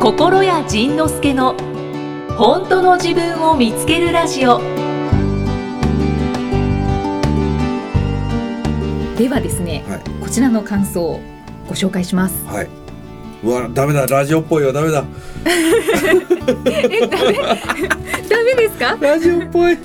心谷仁之助の本当の自分を見つけるラジオではですね、こちらの感想をご紹介します。 うわ、ダメだ、ラジオっぽいよ、ダメだダメですか？ ラジオっぽい。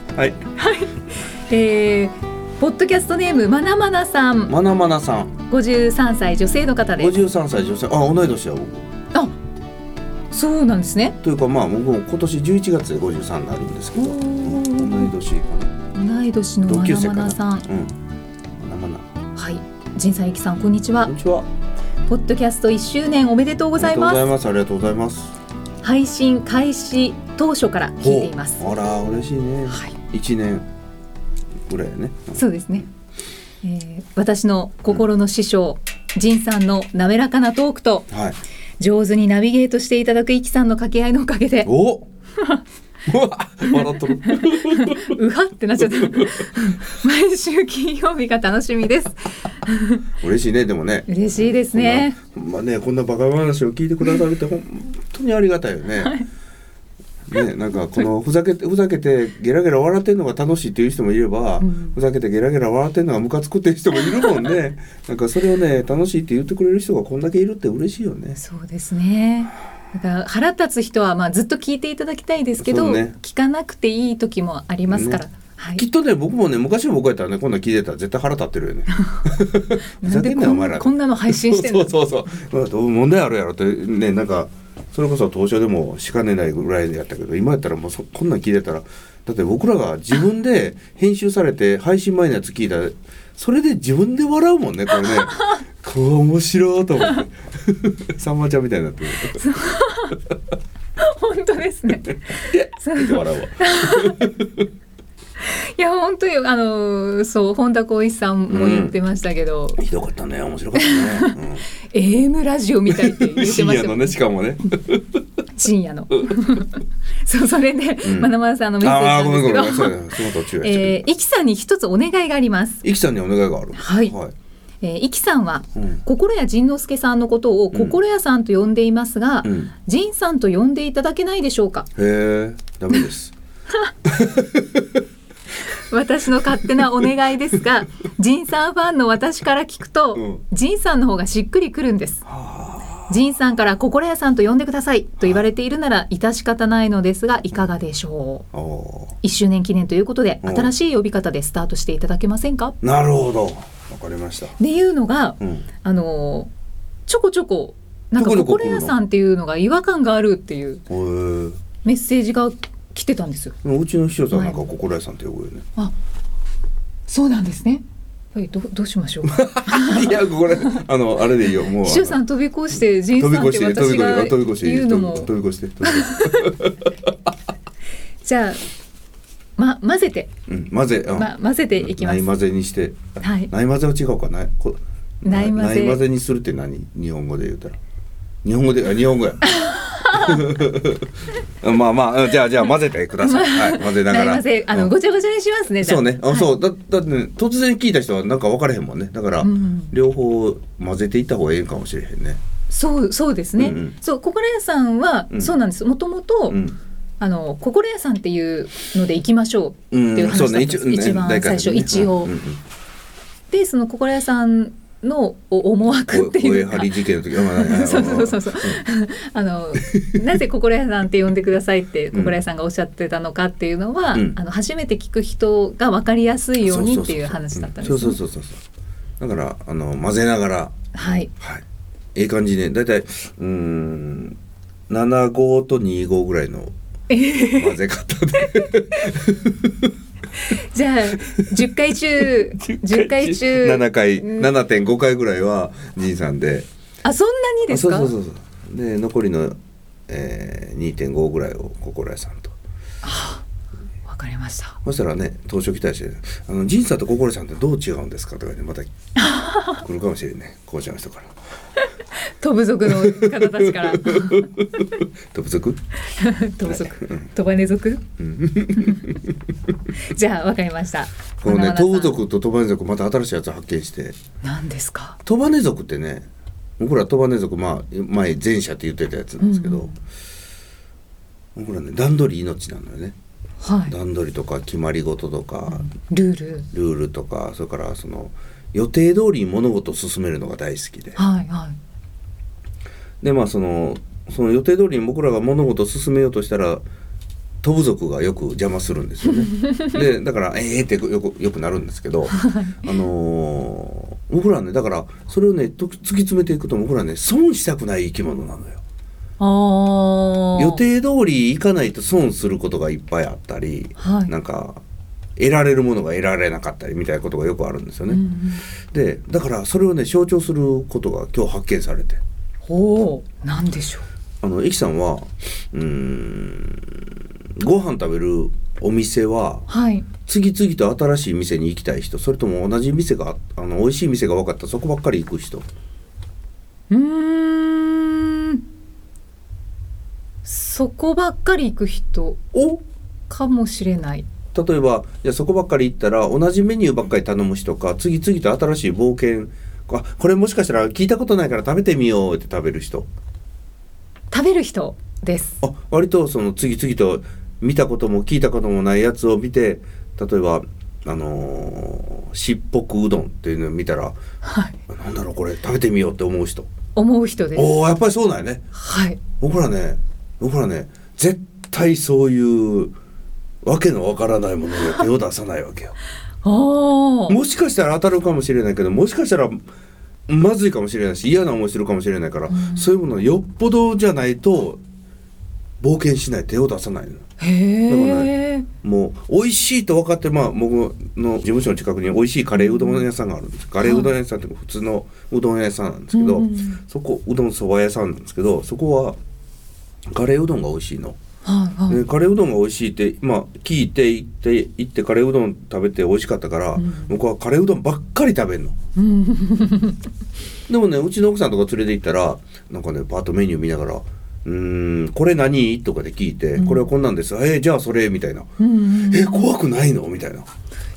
ポッドキャストネームまなまなさん。53歳女性の方です。 53歳女性。同い年は僕。 そうなんですね。 というか僕も今年11月で53になるんですけど、同い年かな。 同い年のまなまなさん。はい、仁さん、ゆきさん、こんにちは。 こんにちは。 ポッドキャスト1周年おめでとうございます。 ありがとうございます。 配信開始当初から聞いています。 あら、嬉しいね。1年ぐらいね。 そうですね。私の心の師匠、仁さんの滑らかなトークと、上手にナビゲートしていただくイキさんの掛け合いのおかげで笑っとるうわってなっちゃった毎週金曜日が楽しみです嬉しいね。でもね、 嬉しいですね。 こんなバカ話を聞いてくださるって本当にありがたいよね。なんかこのふざけてゲラゲラ笑ってるのが楽しいっていう人もいれば、ふざけてゲラゲラ笑ってるのがムカつくっていう人もいるもんねなんかそれをね、楽しいって言ってくれる人がこんだけいるって嬉しいよね。 そうですね。だから腹立つ人はずっと聞いていただきたいですけど、聞かなくていい時もありますから、きっとね、僕もね、昔の僕やったらね、こんな聞いてたら絶対腹立ってるよねふざけんなよお前ら、 こんなの配信してんのそう問題あるやろってね。なんかそれこそ当初でもしかねないぐらいでやったけど、今やったらもうこんなん聞いてたら、だって僕らが自分で編集されて配信前のやつ聞いたら、それで自分で笑うもんね、これねこう面白いと思ってさんまちゃんみたいになってる本当ですね笑うわいや本当にそう、本田光一さんも言ってましたけど、 ひどかったね、面白かったね、 AM ラジオみたいって言ってました深夜のね、しかもね深夜のそれで、まなまなさんのメッセージなんですけど、イキさんに一つお願いがあります。 イキさんにお願いがある。 イキさんは、心谷仁之助さんのことを心谷さんと呼んでいますが、仁さんと呼んでいただけないでしょうか。 ダメです私の勝手なお願いですが、仁さんファンの私から聞くと、仁さんの方がしっくりくるんです。仁さんから心谷さんと呼んでくださいと言われているなら致し方ないのですが、いかがでしょう。1周年記念ということで、新しい呼び方でスタートしていただけませんか。 なるほど、わかりました。 っていうのが、ちょこちょこなんか心谷さんっていうのが違和感があるっていうメッセージが来てたんですよ。 うちの師匠さんなんか心谷さんって呼ぶよね。 そうなんですね。どうしましょういや、これあれでいいよ。もう師匠さん飛び越して仁さんって私が言うのも飛び越してじゃあ混ぜて、混ぜていきます。 ない混ぜにして、ない混ぜは違うかな。ない混ぜにするって何？日本語で言うたら、日本語やじゃあ混ぜてください。混ぜながらごちゃごちゃにしますね。 そうね。そうだってね、突然聞いた人はなんか分からへんもんね。だから、両方混ぜていった方がいいかもしれへんね。 そうですね。そう心谷さんは、そうなんです。もともと心谷さんっていうのでいきましょうっていう話だったんです。一番最初一応で、その心谷さんの思惑っていうか、 事件の時そうなぜ心谷さんって呼んでくださいって心谷さんがおっしゃってたのかっていうのは、初めて聞く人が分かりやすいようにっていう話だったんです。 そうだから混ぜながら、いい感じね。だいたい7号と2号ぐらいの混ぜ方でじゃあ10回中7 回 7.5 回ぐらいは仁さんで、 そんなにですか。 そうで残りの、2.5 ぐらいを心谷さんと。 わかりました。 そしたらね、当初期待して仁さんと心谷さんってどう違うんですかとかね、また来るかもしれない校舎の人から飛ぶ族の方たちから飛ぶ族飛ばね族じゃあ分かりました。 このね、飛ぶ族と飛ばね族また新しいやつ発見して。 何ですか。 飛ばね族ってね、 僕ら鳥羽根族、まあ、前前者って言ってたやつなんですけど、僕らね段取り命なのよね、 はい、 段取りとか決まり事とか、 ルールとか、それからその予定通りに物事を進めるのが大好きで、 はいはい、 でまあその予定通りに僕らが物事を進めようとしたら飛ぶ族がよく邪魔するんですよねでだからってよくなるんですけど僕らはねだからそれをね突き詰めていくと僕らはね損したくない生き物なのよ。予定通り行かないと損することがいっぱいあったり、はい、なんか得られるものが得られなかったりみたいなことがよくあるんですよね、でだからそれをね象徴することが今日発見されて、 何でしょう。 イキさんはご飯食べるお店は、はい、次々と新しい店に行きたい人、それとも同じ店が美味しい店が分かったらそこばっかり行く人。 そこばっかり行く人かもしれない。 例えばいやそこばっかり行ったら同じメニューばっかり頼む人か、次々と新しい冒険、これもしかしたら聞いたことないから食べてみようって食べる人です。 割とその次々と見たことも聞いたこともないやつを見て、例えばしっぽくうどんっていうのを見たら、はい、なんだろうこれ食べてみようって思う人です。やっぱりそうなんやね、はい、僕らね絶対そういうわけのわからないものに手を出さないわけよもしかしたら当たるかもしれないけど、もしかしたらまずいかもしれないし嫌な思いするかもしれないから、そういうものよっぽどじゃないと冒険しない、手を出さないの。だからね、もう美味しいと分かって、僕の事務所の近くに美味しいカレーうどん屋さんがあるんです。カレーうどん屋さんって普通のうどん屋さんなんですけど、そこうどんそば屋さんなんですけど、そこはカレーうどんが美味しいの。でカレーうどんが美味しいって、聞いて行ってカレーうどん食べて美味しかったから、僕はカレーうどんばっかり食べんのでもね、うちの奥さんとか連れて行ったらなんかねパッとメニュー見ながらこれ何とかで聞いて、これはこんなんです、じゃあそれみたいな、怖くないのみたいな、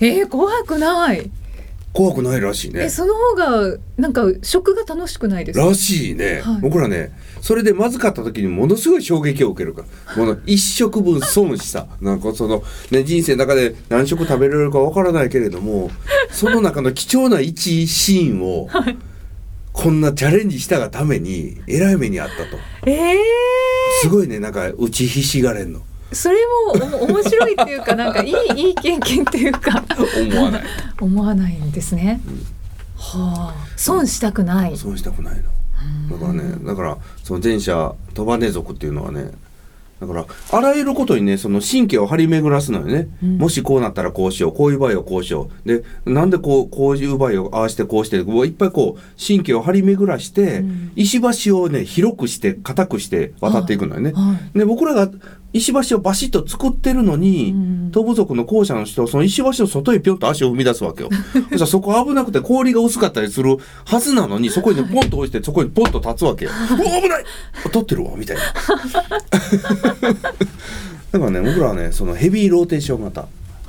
怖くないらしいね。 その方がなんか食が楽しくないですからしいね、はい、僕らねそれでまずかった時にものすごい衝撃を受けるから一食分損しさなんかその、ね、人生の中で何食食べられるかわからないけれどもその中の貴重な一シーンを、はい、こんなチャレンジしたがためにえらい目にあったと、すごいね、なんか打ちひしがれんの。 それも面白いっていうかなんかいい経験っていうか思わないんですね、損したくないの。だからその前者鳥羽根族っていうのはね、だからあらゆることにねその神経を張り巡らすのよね、もしこうなったらこうしよう、こういう場合はこうしようで、なんでこういう場合をああしてこうして、いっぱいこう神経を張り巡らして、石橋をね広くして硬くして渡っていくのよね、で僕らが石橋をバシッと作ってるのに、東部族の校舎の人はその石橋の外へピョンと足を踏み出すわけよそしたらそこ危なくて氷が薄かったりするはずなのに、そこにねポンと落ちてそこにポンと立つわけよ危ない取ってるわみたいなだからね僕らはねそのヘビーローテーション型、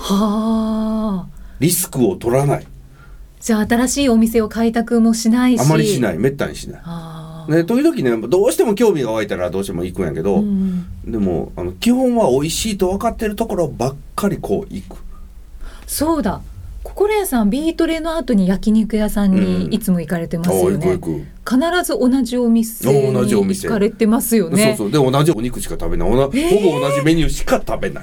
リスクを取らない。 じゃあ新しいお店を開拓もしないし、 あまりしない、めったにしない、時々ねどうしても興味が湧いたらどうしても行くんやけど、でも基本は美味しいと分かってるところばっかりこう行く。 そうだ、心屋さんビートレの後に焼肉屋さんにいつも行かれてますよね、 行く必ず同じお店に行かれてますよね。 そうで同じお肉しか食べない、ほぼ同じメニューしか食べない、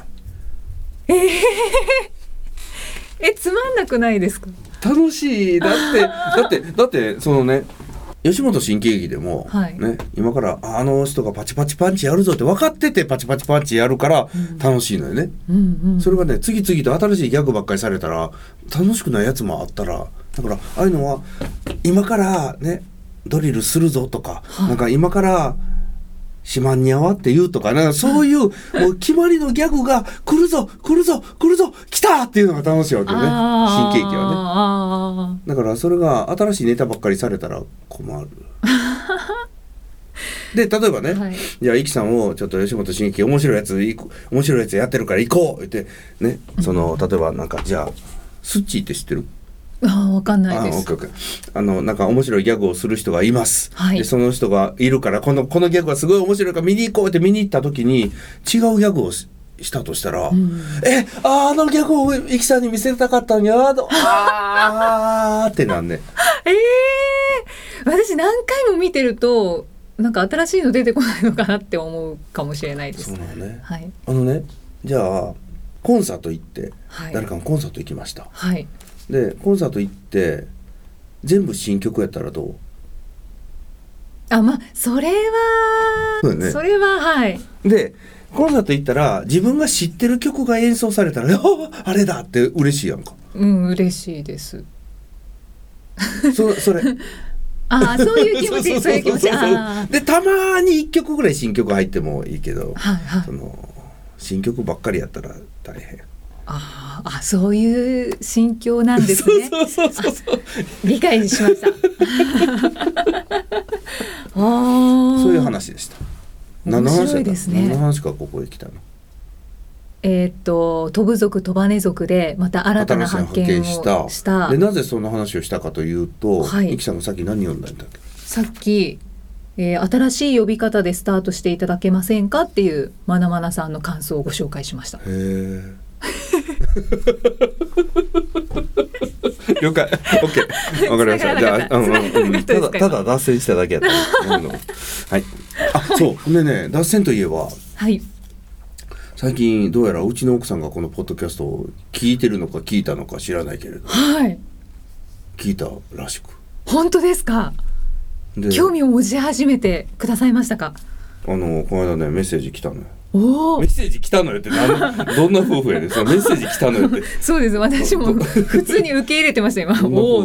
つまんなくないですか？ 楽しい。だってそのね吉本新喜劇でも、ね、今からあの人がパチパチパンチやるぞって分かっててパチパチパンチやるから楽しいのよね、それがね次々と新しいギャグばっかりされたら楽しくないやつもあったら、だからああいうのは今からねドリルするぞとか、なんか今からしまんにゃわって言うとか、なんかそういう、もう決まりのギャグが来るぞ来たっていうのが楽しいわけよね、新喜劇はね。だからそれが新しいネタばっかりされたら困るで例えばね、じゃあイキさんをちょっと吉本新喜劇面白いやつやってるから行こうってね、その例えばなんかじゃあスッチーって知ってる？ わかんないです。 オッケーオッケー。なんか面白いギャグをする人がいます。 はい、 でその人がいるからこのギャグがすごい面白いから見に行こうって見に行った時に違うギャグをしたとしたら、あのギャグをイキさんに見せたかったんやってなんね。 私何回も見てるとなんか新しいの出てこないのかなって思うかもしれないです。 そうなのね。 はい、 じゃあコンサート行って、 はい、 誰かのコンサート行きました。 はい、 でコンサート行って全部新曲やったらどう？ それは、 ね、 それははい。 でコンサート行ったら自分が知ってる曲が演奏されたらあれだって嬉しいやんか。 嬉しいです。 それそういう気持ちそういう気持ち。 でたまに1曲ぐらい新曲入ってもいいけど、 はいはい、 新曲ばっかりやったら大変。 そういう心境なんですね。 そう理解しました。 そういう話でした。 面白いですね。 何の話かここへ来たの。 飛ぶ族飛ばね族でまた新たな発見をした。 でなぜその話をしたかというと、 はい、 イキさんがさっき何読んだんだっけ？ さっき、新しい呼び方でスタートしていただけませんかっていうまなまなさんの感想をご紹介しました。 へー了解 OK わかりました。じゃあただ脱線しただけやったはい。そうでね、脱線といえば、 はい、 最近どうやらうちの奥さんがこのポッドキャストを聞いてるのか聞いたのか知らないけれど、 はい、 聞いたらしく。 本当ですか？興味を持ち始めてくださいましたか？ この間ねメッセージ来たのよ。 メッセージ来たのよってどんな夫婦やねん。そのメッセージ来たのよってそうです、私も普通に受け入れてました今。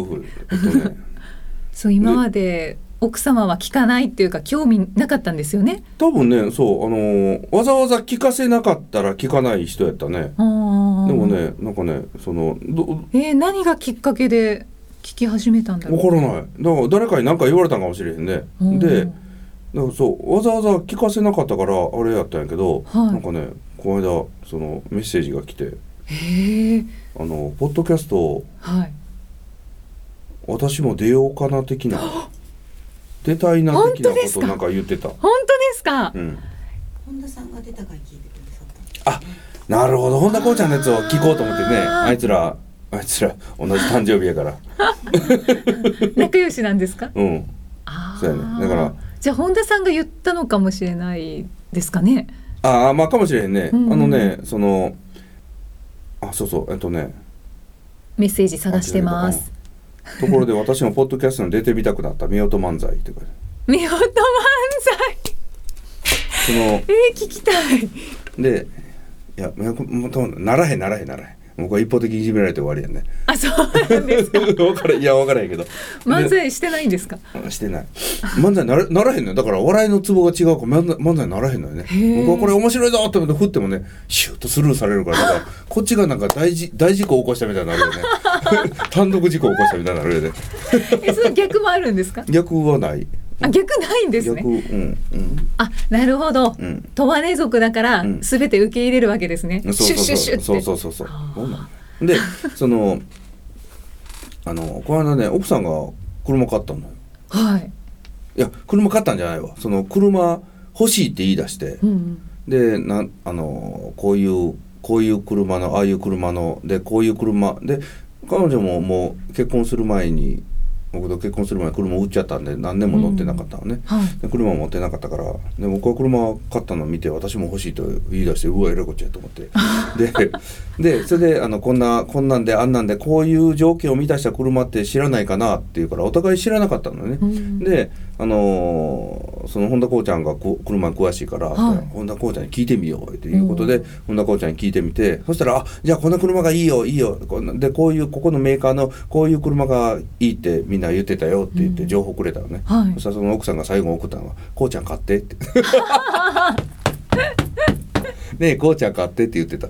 そう、今まで奥様は聞かないっていうか興味なかったんですよね。 多分ね、そうわざわざ聞かせなかったら聞かない人やったね。でもね、なんかね何がきっかけで聞き始めたんだろう。 分からない。だから誰かに何か言われたかもしれへんね。でそうわざわざ聞かせなかったからあれやったんやけど、なんかねこの間そのメッセージが来て、ポッドキャスト、私も出ようかな的な出たいな的なことなんか言ってた。 本当ですか？ 本田さんが出たから聞いてくださった。 なるほど。本田こうちゃんのやつを聞こうと思ってね。あいつら同じ誕生日やから仲良しなんですか？ そうやね。だからじゃあ本田さんが言ったのかもしれないですかね。 かもしれへんね。そうメッセージ探してます。 ところで私もポッドキャストに出てみたくなった夫婦漫才って書いてある。 夫婦漫才聞きたい。 でいやならへん僕は一方的にいじめられて終わりやね。 そうなんですか？ 分からへんけど漫才してないんですか？ してない。漫才ならへんのよ。だから笑いのツボが違うから漫才ならへんのよね。僕はこれ面白いぞって思って振ってもねシュッとスルーされるから、だからこっちがなんか大事故を起こしたみたいになるよね単独事故を起こしたみたいになるよねその逆もあるんですか？ 逆はない。 逆ないんですね。なるほど。トワネ族だから全て受け入れるわけですね。シュッシュッシュッって。 そうでこの間ね奥さんが車買ったの。いや車買ったんじゃないわ。その車欲しいって言い出して、でこういう車のああいう車のでこういう車で彼女ももう結婚する前に僕と結婚する前に車を売っちゃったんで何年も乗ってなかったのね、で車を持ってなかったからで僕は車を買ったのを見て私も欲しいと言い出してうわえらいこっちゃと思ってでそれでこんなんであんなんでこういう条件を満たした車って知らないかなっていうからお互い知らなかったのね、でその本田こうちゃんが車に詳しいから、本田こうちゃんに聞いてみようということで、本田こうちゃんに聞いてみて、そしたらじゃあこんな車がいいよでここのメーカーのこういう車がいいってみんな言ってたよって言って情報くれたのね、そしたらその奥さんが最後送ったのはこうちゃん買ってってねえこうちゃん買ってって言ってた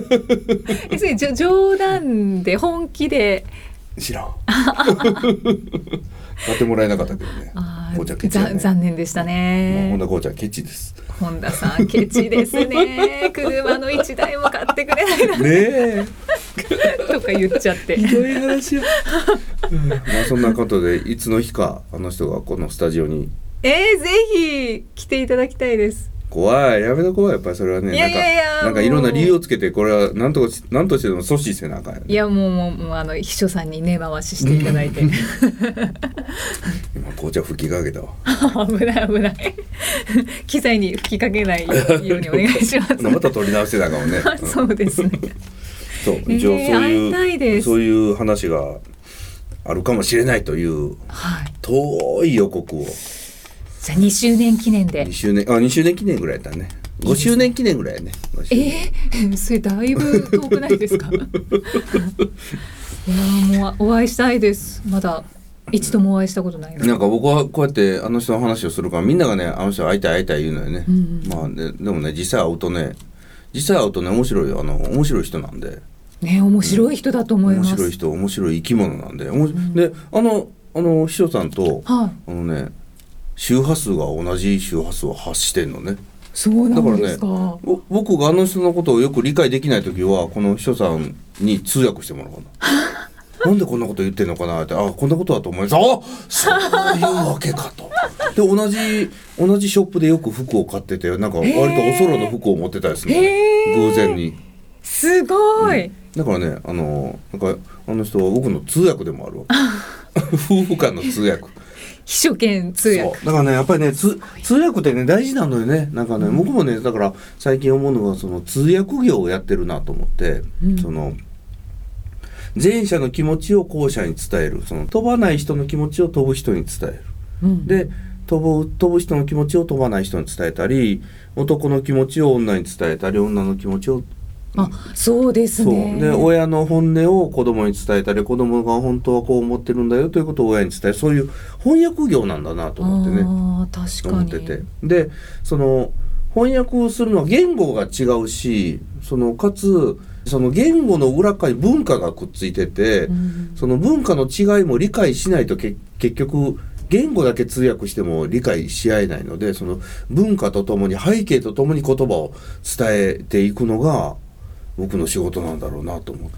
冗談で本気で知らん買ってもらえなかったけどね。こうちゃんケチやね。 残念でしたね。 本田こうちゃんケチです。 本田さんケチですね車の1台も買ってくれないなんてねえとか言っちゃってひどい話や、まあそんなことでいつの日かあの人がこのスタジオにぜひ来ていただきたいです。 怖い、やめとこう、やっぱりそれはね。 いやいやいや、 なんかいろんな理由をつけてこれは何としてでも阻止せなあかんよね。 いやもう秘書さんに根回ししていただいて今紅茶吹きかけたわ危ない機材に吹きかけないようにお願いしますまた取り直してたかもねそうですね。 そう一応会いたいです。 そういう話があるかもしれないという、 はい、 遠い予告をじゃあ2周年記念で 2周年記念ぐらいだったね。5周年記念ぐらいやね。 それだいぶ遠くないですかいやもうお会いしたいです。まだ一度もお会いしたことないの。 なんか僕はこうやってあの人の話をするからみんながねあの人会いたい言うのよね、まあね、でもね実際会うとね面白い面白い人なんでね。 面白い人だと思います。 面白い生き物なんで、で秘書さんと、ね周波数が同じ周波数を発してんのね。 そうなんですか。 だからね僕があの人のことをよく理解できないときはこの秘書さんに通訳してもらうかななんでこんなこと言ってんのかなって、こんなことだと思います。そういうわけかと。で同じショップでよく服を買っててなんか割とおそろの服を持ってたりするのね、偶然に。 すごい、 だからねなんかあの人は僕の通訳でもあるわ夫婦間の通訳秘書兼通訳。 そうだからねやっぱりね通訳ってね大事なのよね。なんかね、僕もねだから最近思うのがその通訳業をやってるなと思って、その前者の気持ちを後者に伝える、その飛ばない人の気持ちを飛ぶ人に伝える、で飛ぶ人の気持ちを飛ばない人に伝えたり、男の気持ちを女に伝えたり、女の気持ちをそうですね。 そうで親の本音を子供に伝えたり、子供が本当はこう思ってるんだよということを親に伝える、そういう翻訳業なんだなと思ってね。 確かに思ってて、でその翻訳をするのは言語が違うし、かつその言語の裏側に文化がくっついてて、その文化の違いも理解しないと結局言語だけ通訳しても理解し合えないので、その文化とともに背景とともに言葉を伝えていくのが僕の仕事なんだろうなと思って、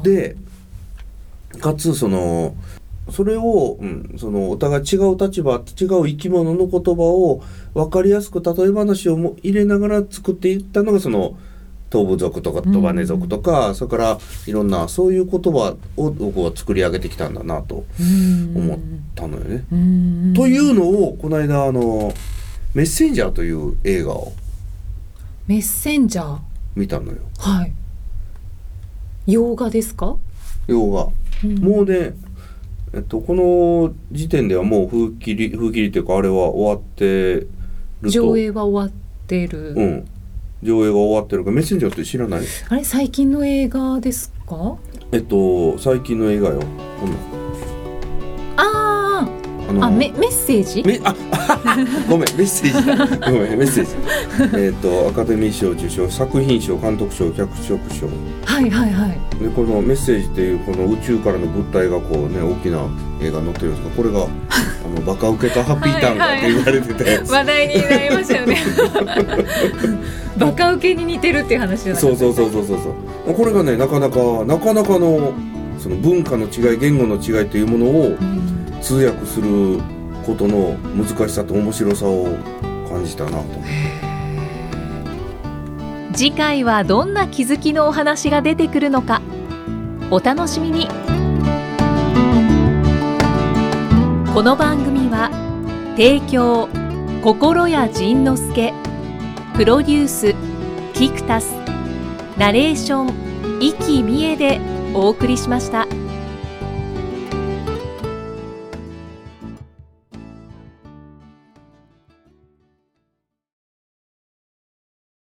でかつそれを、そのお互い違う立場違う生き物の言葉を分かりやすく例え話を入れながら作っていったのがその東部族とかトバネ族とか、それからいろんなそういう言葉を僕は作り上げてきたんだなと思ったのよね。というのをこの間メッセンジャーという映画をメッセンジャー見たのよ。 はい。洋画ですか？ 洋画、もうねこの時点ではもう封切りというかあれは終わってると。 上映は終わってる。 上映が終わってるから。メッセンジャーって知らない？ あれ最近の映画ですか？ 最近の映画よ。 メッセージ？ごめんメッセージだごめんメッセージアカデミー賞受賞、作品賞、監督賞、脚色賞、でこのメッセージっていうこの宇宙からの物体がこうね大きな映画載ってるんですが、これがバカウケかハッピーターンかって言われてたやつ、 話題になりましたよねバカウケに似てるっていう話じゃないですか。 そうこれがねなかなかのその文化の違い、言語の違いっていうものを通訳することの難しさと面白さを感じたなと。 次回はどんな気づきのお話が出てくるのかお楽しみに。この番組は提供心谷仁之助、プロデュースキクタス、ナレーション生きみえでお送りしました。